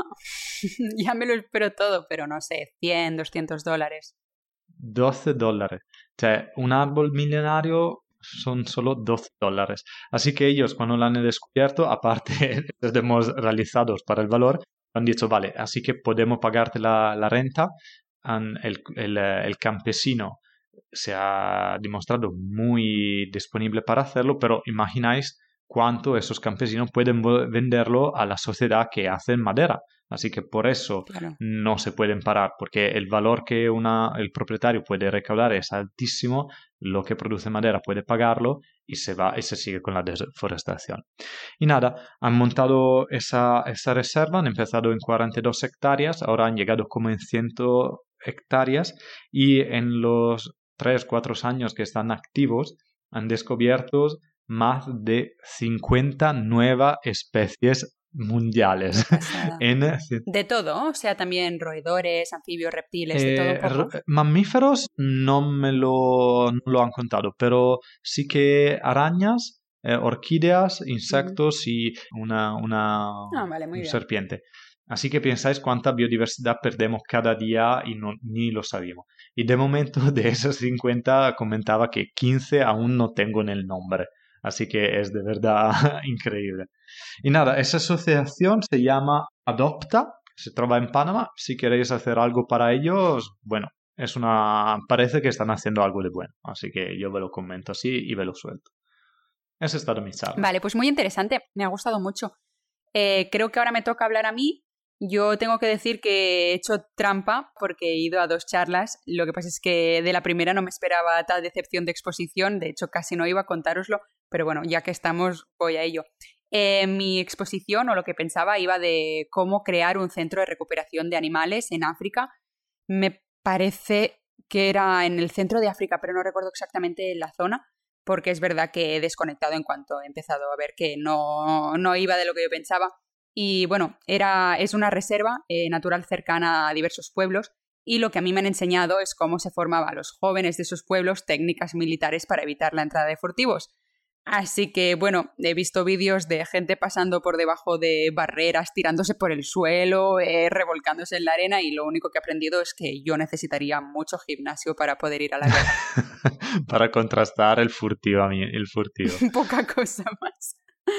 Ya me lo espero todo, pero no sé, cien, doscientos dólares. doce dólares. O sea, un árbol milenario son solo doce dólares. Así que ellos, cuando lo han descubierto, aparte de hemos realizados para el valor, han dicho, vale, así que podemos pagarte la, la renta. Han, el, el, el campesino se ha demostrado muy disponible para hacerlo, pero imagináis cuánto esos campesinos pueden venderlo a la sociedad que hace madera. Así que por eso Claro. no se pueden parar, porque el valor que una, el propietario puede recaudar es altísimo, lo que produce madera puede pagarlo y se va y se sigue con la deforestación. Y nada, han montado esa, esa reserva, han empezado en cuarenta y dos hectáreas, ahora han llegado como en cien hectáreas y en los tres cuatro años que están activos han descubierto más de cincuenta nuevas especies mundiales. en... De todo, o sea, también roedores, anfibios, reptiles, de eh, todo un poco. Mamíferos no me lo, no lo han contado, pero sí que arañas, eh, orquídeas, insectos mm. y una, una ah, vale, muy un bien. serpiente. Así que pensáis cuánta biodiversidad perdemos cada día y no, ni lo sabíamos. Y de momento de esas cincuenta comentaba que quince aún no tengo en el nombre. Así que es de verdad increíble. Y nada, esa asociación se llama Adopta, se trova en Panamá. Si queréis hacer algo para ellos, bueno, es una parece que están haciendo algo de bueno. Así que yo ve lo comento así y ve lo suelto. Esa es toda mi charla. Vale, pues muy interesante. Me ha gustado mucho. Eh, creo que ahora me toca hablar a mí. Yo tengo que decir que he hecho trampa porque he ido a dos charlas. Lo que pasa es que de la primera no me esperaba tal decepción de exposición. De hecho, casi no iba a contároslo. Pero bueno, ya que estamos, voy a ello. Eh, mi exposición, o lo que pensaba, iba de cómo crear un centro de recuperación de animales en África. Me parece que era en el centro de África, pero no recuerdo exactamente la zona, porque es verdad que he desconectado en cuanto he empezado a ver que no, no iba de lo que yo pensaba. Y bueno, era, es una reserva eh, natural cercana a diversos pueblos, y lo que a mí me han enseñado es cómo se formaban a los jóvenes de esos pueblos técnicas militares para evitar la entrada de furtivos. Así que, bueno, he visto vídeos de gente pasando por debajo de barreras, tirándose por el suelo, eh, revolcándose en la arena, y lo único que he aprendido es que yo necesitaría mucho gimnasio para poder ir a la guerra. Para contrastar el furtivo, el furtivo. Poca cosa más.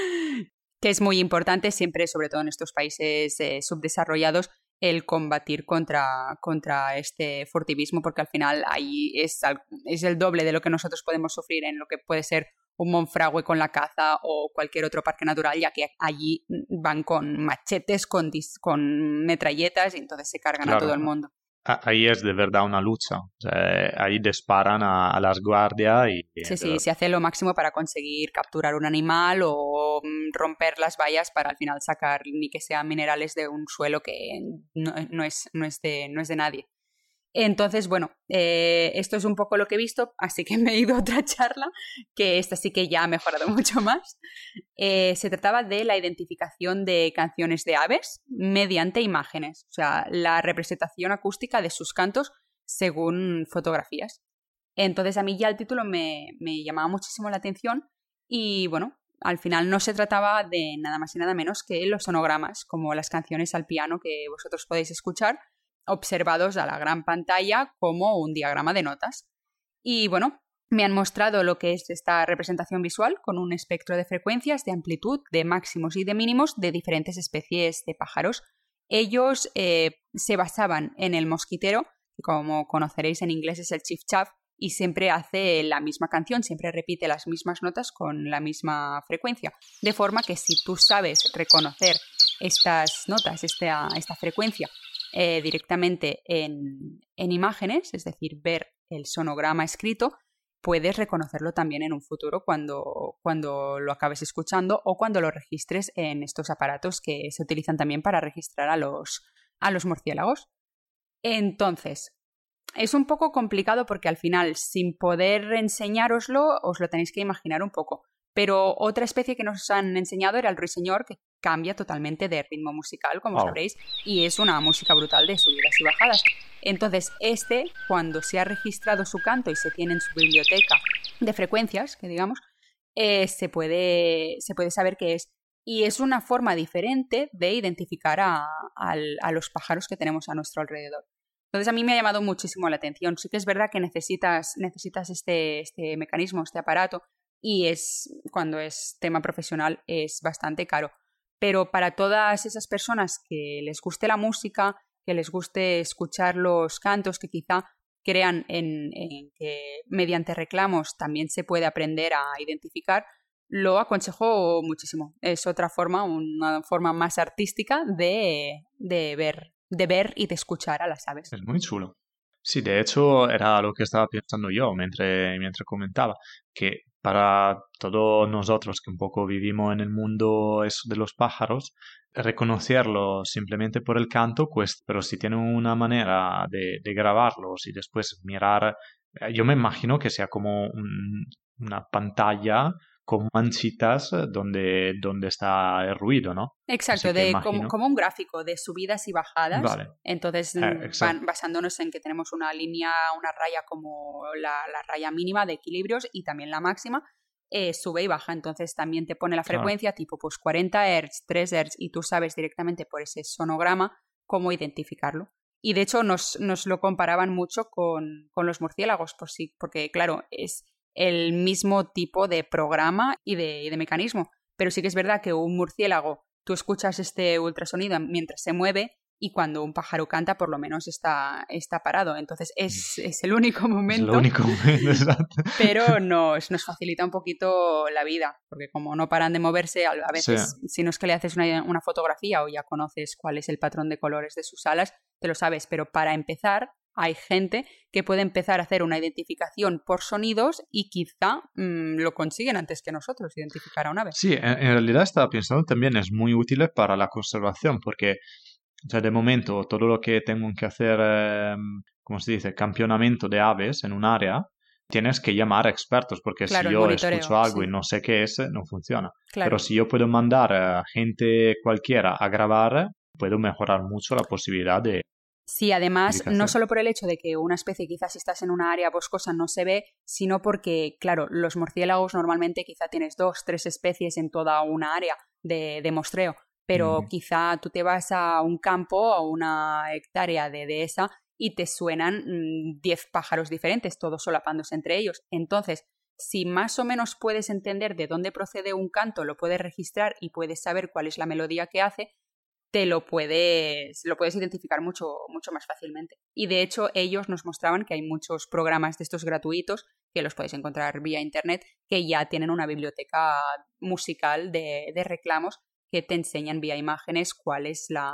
Que es muy importante siempre, sobre todo en estos países eh, subdesarrollados, el combatir contra, contra este furtivismo, porque al final ahí es, es el doble de lo que nosotros podemos sufrir en lo que puede ser un Monfragüe con la caza o cualquier otro parque natural, ya que allí van con machetes, con, dis- con metralletas, y entonces se cargan claro. a todo el mundo. Ahí es de verdad una lucha. O sea, ahí disparan a, a las guardias y... Sí, sí, se hace lo máximo para conseguir capturar un animal o romper las vallas para al final sacar ni que sean minerales de un suelo que no, no, es, no, es, de, no es de nadie. Entonces, bueno, eh, esto es un poco lo que he visto, así que me he ido a otra charla, que esta sí que ya ha mejorado mucho más. Eh, se trataba de la identificación de canciones de aves mediante imágenes, o sea, la representación acústica de sus cantos según fotografías. Entonces a mí ya el título me, me llamaba muchísimo la atención y, bueno, al final no se trataba de nada más y nada menos que los sonogramas, como las canciones al piano que vosotros podéis escuchar, observados a la gran pantalla como un diagrama de notas. Y bueno, me han mostrado lo que es esta representación visual con un espectro de frecuencias, de amplitud, de máximos y de mínimos de diferentes especies de pájaros. Ellos eh, se basaban en el mosquitero, que como conoceréis en inglés es el chiff-chaff, y siempre hace la misma canción, siempre repite las mismas notas con la misma frecuencia. De forma que si tú sabes reconocer estas notas, esta, esta frecuencia, Eh, directamente en, en imágenes, es decir, ver el sonograma escrito, puedes reconocerlo también en un futuro cuando, cuando lo acabes escuchando o cuando lo registres en estos aparatos que se utilizan también para registrar a los, a los murciélagos. Entonces, es un poco complicado porque al final, sin poder enseñároslo, os lo tenéis que imaginar un poco. Pero otra especie que nos han enseñado era el ruiseñor, que cambia totalmente de ritmo musical, como oh. sabréis, y es una música brutal de subidas y bajadas. Entonces, este, cuando se ha registrado su canto y se tiene en su biblioteca de frecuencias, que digamos, eh, se, puede, se puede saber qué es. Y es una forma diferente de identificar a, a, a los pájaros que tenemos a nuestro alrededor. Entonces a mí me ha llamado muchísimo la atención. Sí que es verdad que necesitas, necesitas este, este mecanismo, este aparato, y es, cuando es tema profesional es bastante caro. Pero para todas esas personas que les guste la música, que les guste escuchar los cantos, que quizá crean en, en que mediante reclamos también se puede aprender a identificar, lo aconsejo muchísimo. Es otra forma, una forma más artística de, de, ver, de ver y de escuchar a las aves. Es muy chulo. Sí, de hecho era lo que estaba pensando yo mientras, mientras comentaba, que para todos nosotros que un poco vivimos en el mundo eso de los pájaros, reconocerlo simplemente por el canto cuesta, pero si tiene una manera de, de grabarlos y después mirar, yo me imagino que sea como un, una pantalla con manchitas donde, donde está el ruido, ¿no? Exacto, de, como, como un gráfico de subidas y bajadas. Vale. Entonces, eh, van, basándonos en que tenemos una línea, una raya como la, la raya mínima de equilibrios y también la máxima, eh, sube y baja. Entonces también te pone la frecuencia, claro, tipo pues cuarenta hertz, tres hertz, y tú sabes directamente por ese sonograma cómo identificarlo. Y de hecho nos, nos lo comparaban mucho con, con los murciélagos, por sí, porque claro, es el mismo tipo de programa y de, y de mecanismo. Pero sí que es verdad que un murciélago, tú escuchas este ultrasonido mientras se mueve y cuando un pájaro canta por lo menos está, está parado. Entonces es, es el único momento. Es el único momento, exacto. Pero nos, nos facilita un poquito la vida, porque como no paran de moverse, a veces sí. Si no es que le haces una, una fotografía o ya conoces cuál es el patrón de colores de sus alas, te lo sabes. Pero para empezar, hay gente que puede empezar a hacer una identificación por sonidos y quizá mmm, lo consiguen antes que nosotros, identificar a un ave. Sí, en, en realidad estaba pensando también es muy útil para la conservación porque, o sea, de momento todo lo que tengo que hacer, eh, ¿cómo se dice?, campeonamiento de aves en un área, tienes que llamar a expertos porque claro, si yo escucho algo sí. y no sé qué es, no funciona. Claro. Pero si yo puedo mandar a gente cualquiera a grabar, puedo mejorar mucho la posibilidad de... Sí, además, no solo por el hecho de que una especie quizás si estás en una área boscosa no se ve, sino porque, claro, los murciélagos normalmente quizá tienes dos, tres especies en toda una área de, de mostreo, pero mm. quizá tú te vas a un campo, a una hectárea de dehesa y te suenan diez pájaros diferentes, todos solapándose entre ellos. Entonces, si más o menos puedes entender de dónde procede un canto, lo puedes registrar y puedes saber cuál es la melodía que hace, te lo puedes, lo puedes identificar mucho, mucho más fácilmente. Y de hecho ellos nos mostraban que hay muchos programas de estos gratuitos que los podéis encontrar vía internet que ya tienen una biblioteca musical de, de reclamos que te enseñan vía imágenes cuál es la,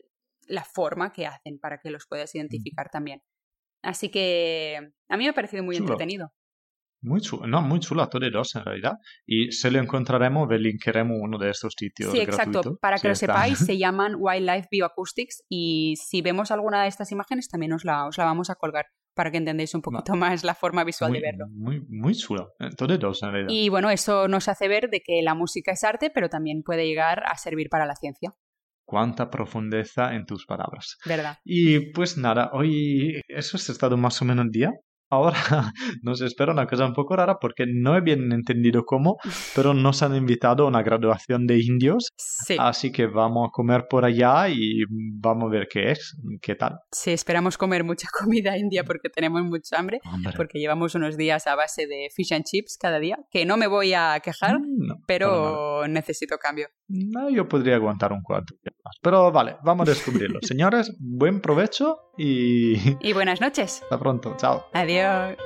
la forma que hacen para que los puedas identificar también. Así que a mí me ha parecido muy chulo. entretenido. Muy chulo, no, muy chulo a todos dos en realidad. Y si lo encontraremos, linkaremos uno de estos sitios Sí, exacto. gratuitos. Para que sí, lo está. sepáis, se llaman Wildlife Bioacoustics y si vemos alguna de estas imágenes también os la, os la vamos a colgar para que entendáis un poquito no. más la forma visual muy, de verlo. Muy, muy chulo. Todos dos en realidad. Y bueno, eso nos hace ver de que la música es arte, pero también puede llegar a servir para la ciencia. Cuánta profundeza en tus palabras. ¿Verdad? Y pues nada, hoy eso ha estado más o menos el día. Ahora nos espera una cosa un poco rara porque no he bien entendido cómo, pero nos han invitado a una graduación de indios. Sí. Así que vamos a comer por allá y vamos a ver qué es, qué tal. Sí, esperamos comer mucha comida india porque tenemos mucha hambre, Hombre. Porque llevamos unos días a base de fish and chips cada día, que no me voy a quejar, no, pero necesito cambio. No, yo podría aguantar un cuarto más. Pero vale, vamos a descubrirlo. Señores, buen provecho y... Y buenas noches. Hasta pronto, chao. Adiós.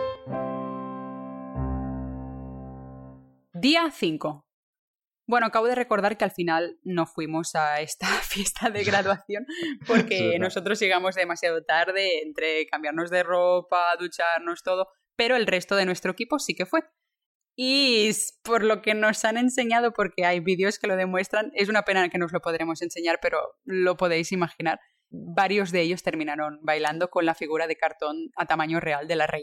Día cinco. Bueno, acabo de recordar que al final no fuimos a esta fiesta de graduación porque nosotros llegamos demasiado tarde entre cambiarnos de ropa, ducharnos, todo, pero el resto de nuestro equipo sí que fue. Y por lo que nos han enseñado, porque hay vídeos que lo demuestran, es una pena que no os lo podremos enseñar, pero lo podéis imaginar. Varios de ellos terminaron bailando con la figura de cartón a tamaño real de la reina.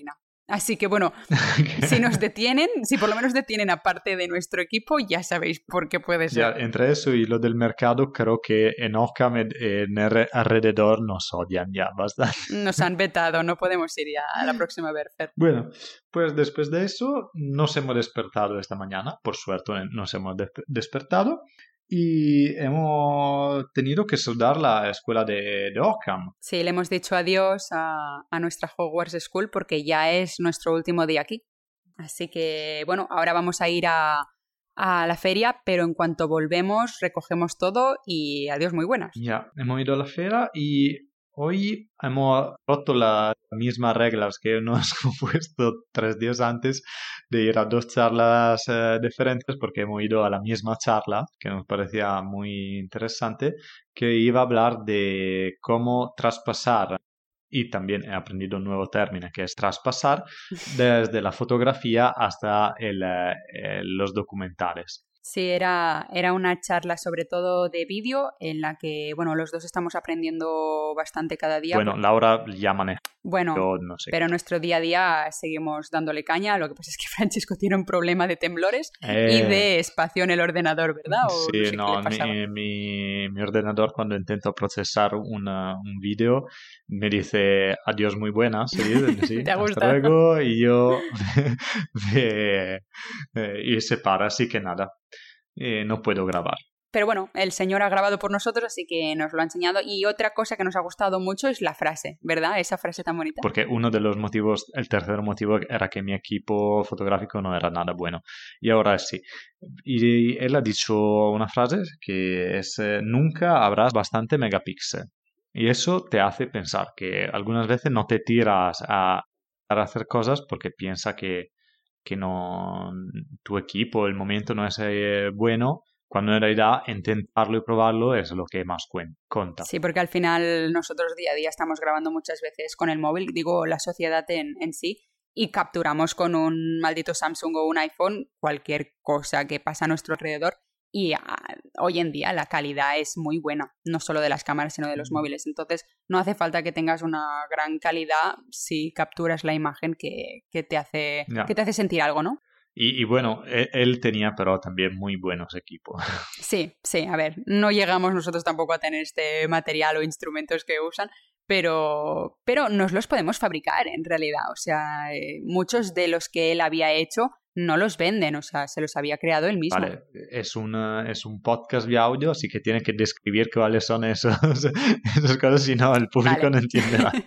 Así que bueno, si nos detienen, si por lo menos detienen a parte de nuestro equipo, ya sabéis por qué puede ser. Ya, entre eso y lo del mercado, creo que en Occam y en el alrededor nos odian ya bastante. Nos han vetado, no podemos ir ya a la próxima Berfer. Bueno, pues después de eso nos hemos despertado esta mañana, por suerte nos hemos de- despertado y hemos tenido que soldar la escuela de, de Occam. Sí, le hemos dicho adiós a, a nuestra Hogwarts School porque ya es nuestro último día aquí. Así que, bueno, ahora vamos a ir a, a la feria, pero en cuanto volvemos recogemos todo y adiós muy buenas. Ya, hemos ido a la feria y hoy hemos roto las mismas reglas que nos hemos puesto tres días antes de ir a dos charlas eh, diferentes porque hemos ido a la misma charla que nos parecía muy interesante, que iba a hablar de cómo traspasar, y también he aprendido un nuevo término que es traspasar, desde la fotografía hasta el, eh, eh, los documentales. Sí, era, era una charla sobre todo de vídeo en la que, bueno, los dos estamos aprendiendo bastante cada día. Bueno, Laura ya maneja. Bueno, Yo no sé. pero nuestro día a día seguimos dándole caña. Lo que pasa es que Francisco tiene un problema de temblores Eh, y de espacio en el ordenador, ¿verdad? O Sí, no sé qué no, le pasaba. mi, mi, mi ordenador cuando intento procesar una, un vídeo me dice adiós muy buenas, sí, sí, ¿Te ha hasta gustado? luego, y yo me- eh, y se para, así que nada, eh, no puedo grabar. Pero bueno, el señor ha grabado por nosotros, así que nos lo ha enseñado. Y otra cosa que nos ha gustado mucho es la frase, ¿verdad? Esa frase tan bonita. Porque uno de los motivos, el tercer motivo era que mi equipo fotográfico no era nada bueno. Y ahora sí. Y él ha dicho una frase que es eh, nunca habrás bastante megapíxel. Y eso te hace pensar que algunas veces no te tiras a, a hacer cosas porque piensa que, que no, tu equipo, el momento no es eh, bueno, cuando en realidad intentarlo y probarlo es lo que más cuen- cuenta. Sí, porque al final nosotros día a día estamos grabando muchas veces con el móvil, digo, la sociedad en, en sí, y capturamos con un maldito Samsung o un iPhone cualquier cosa que pasa a nuestro alrededor. Y ah, hoy en día la calidad es muy buena, no solo de las cámaras, sino de los móviles. Entonces, no hace falta que tengas una gran calidad si capturas la imagen que, que te hace, Ya. que te hace sentir algo, ¿no? Y, y bueno, él, él tenía pero también muy buenos equipos. Sí, sí, a ver, no llegamos nosotros tampoco a tener este material o instrumentos que usan, pero, pero nos los podemos fabricar en realidad. O sea, eh, muchos de los que él había hecho no los venden, o sea, se los había creado él mismo. Vale, es un, eh, es un podcast de audio, así que tiene que describir cuáles son esos, esas cosas, si no el público Vale. no entiende nada.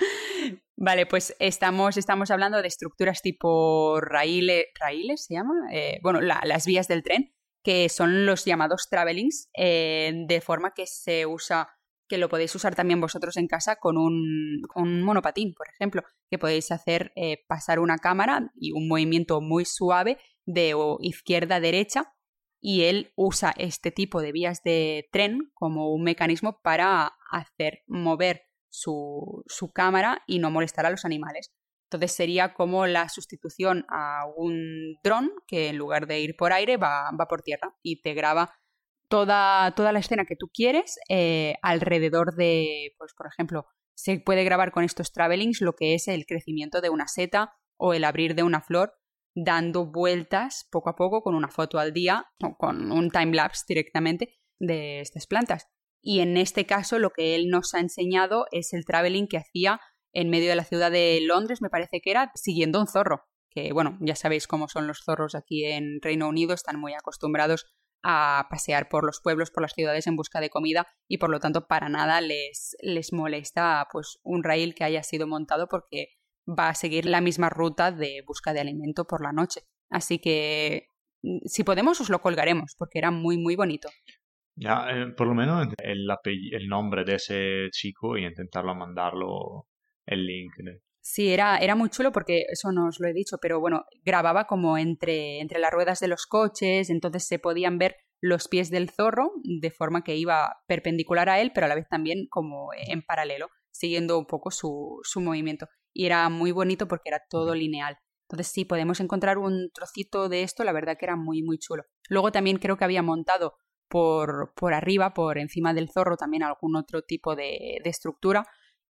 Vale, pues estamos, estamos hablando de estructuras tipo raíles, ¿raíles se llama? Eh, bueno, la- las vías del tren, que son los llamados travelings, eh, de forma que se usa, que lo podéis usar también vosotros en casa con un, con un monopatín, por ejemplo, que podéis hacer eh, pasar una cámara y un movimiento muy suave de o izquierda a derecha, y él usa este tipo de vías de tren como un mecanismo para hacer mover su, su cámara y no molestar a los animales. Entonces sería como la sustitución a un dron que en lugar de ir por aire va, va por tierra y te graba toda, toda la escena que tú quieres eh, alrededor de, pues por ejemplo, se puede grabar con estos travelings lo que es el crecimiento de una seta o el abrir de una flor, dando vueltas poco a poco con una foto al día o con un timelapse directamente de estas plantas. Y en este caso lo que él nos ha enseñado es el traveling que hacía en medio de la ciudad de Londres, me parece que era, siguiendo un zorro. Que bueno, ya sabéis cómo son los zorros aquí en Reino Unido, están muy acostumbrados a pasear por los pueblos, por las ciudades en busca de comida y por lo tanto para nada les, les molesta pues un rail que haya sido montado porque va a seguir la misma ruta de busca de alimento por la noche. Así que si podemos os lo colgaremos porque era muy muy bonito. Ya, eh, por lo menos el, apell- el nombre de ese chico y intentarlo mandarlo el link. de- Sí, era, era muy chulo porque eso no os lo he dicho, pero bueno, grababa como entre, entre las ruedas de los coches, entonces se podían ver los pies del zorro de forma que iba perpendicular a él, pero a la vez también como en paralelo, siguiendo un poco su, su movimiento. Y era muy bonito porque era todo lineal. Entonces sí, podemos encontrar un trocito de esto, la verdad que era muy, muy chulo. Luego también creo que había montado por, por arriba, por encima del zorro, también algún otro tipo de, de estructura.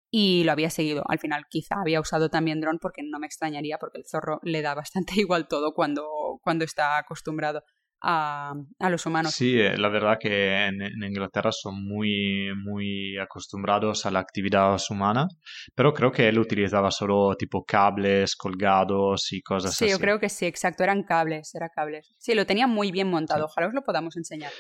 y lo había seguido. Al final quizá había usado también dron porque no me extrañaría porque el zorro le da bastante igual todo cuando, cuando está acostumbrado a, a los humanos. Sí, la verdad que en, en Inglaterra son muy, muy acostumbrados a la actividad humana, pero creo que él utilizaba solo tipo cables colgados y cosas sí, así. Sí, yo creo que sí, exacto, eran cables, eran cables. Sí, lo tenía muy bien montado, sí. Ojalá os lo podamos enseñar.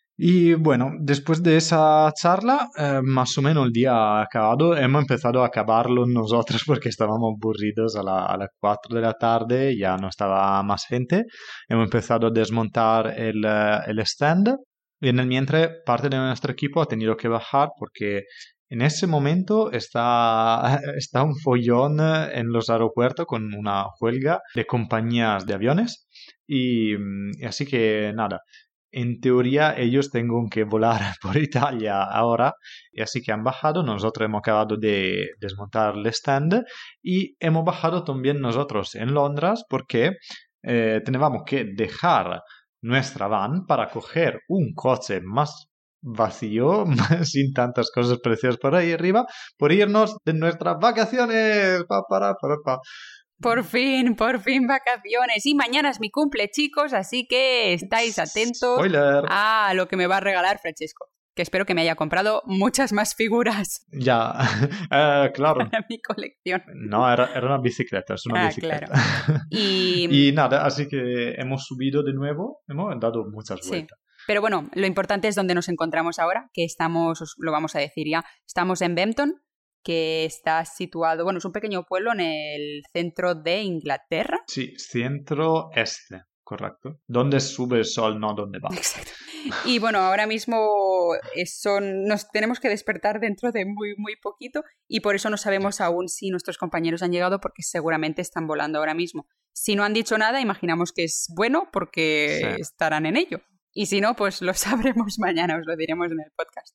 Y bueno, después de esa charla, eh, más o menos el día ha acabado. Hemos empezado a acabarlo nosotros porque estábamos aburridos a, la, a las cuatro de la tarde, ya no estaba más gente. Hemos empezado a desmontar el, el stand y en el mientras parte de nuestro equipo ha tenido que bajar porque en ese momento está, está un follón en los aeropuertos con una huelga de compañías de aviones y, y así que nada. En teoría ellos tengan que volar por Italia ahora y así que han bajado, nosotros hemos acabado de desmontar el stand y hemos bajado también nosotros en Londres porque eh, teníamos que dejar nuestra van para coger un coche más vacío, sin tantas cosas preciosas por ahí arriba, por irnos de nuestras vacaciones. Pa, para, para, pa. Por fin, por fin vacaciones. Y mañana es mi cumple, chicos, así que estáis atentos Spoiler. a lo que me va a regalar Francesco, que espero que me haya comprado muchas más figuras. Ya, uh, claro. Para mi colección. No, era, era una bicicleta, es una ah, bicicleta. Claro. Y... y nada, así que hemos subido de nuevo, hemos dado muchas vueltas. Sí. Pero bueno, lo importante es donde nos encontramos ahora, que estamos, os lo vamos a decir ya, estamos en Bempton, que está situado, bueno, es un pequeño pueblo en el centro de Inglaterra. Sí, centro-este, correcto. Donde sube el sol, no donde va. Exacto. Y bueno, ahora mismo son, nos tenemos que despertar dentro de muy, muy poquito y por eso no sabemos aún si nuestros compañeros han llegado porque seguramente están volando ahora mismo. Si no han dicho nada, imaginamos que es bueno porque sí. estarán en ello. Y si no, pues lo sabremos mañana, os lo diremos en el podcast.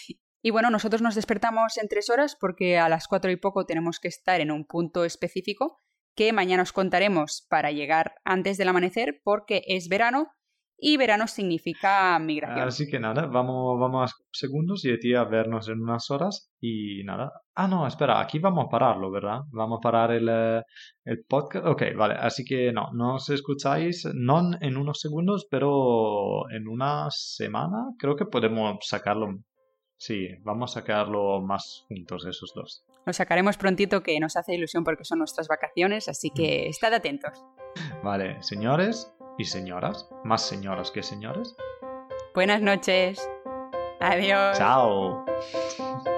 Y bueno, nosotros nos despertamos en tres horas porque a las cuatro y poco tenemos que estar en un punto específico que mañana os contaremos para llegar antes del amanecer porque es verano y verano significa migración. Así que nada, vamos, vamos a segundos y de ti a vernos en unas horas y nada. Ah, no, espera, aquí vamos a pararlo, ¿verdad? Vamos a parar el, el podcast. Ok, vale, así que no, no os escucháis, no en unos segundos, pero en una semana creo que podemos sacarlo. Sí, vamos a sacarlo más juntos esos dos. Lo sacaremos prontito que nos hace ilusión porque son nuestras vacaciones, así que estad atentos. Vale, señores y señoras, más señoras que señores. Buenas noches. Adiós. Chao.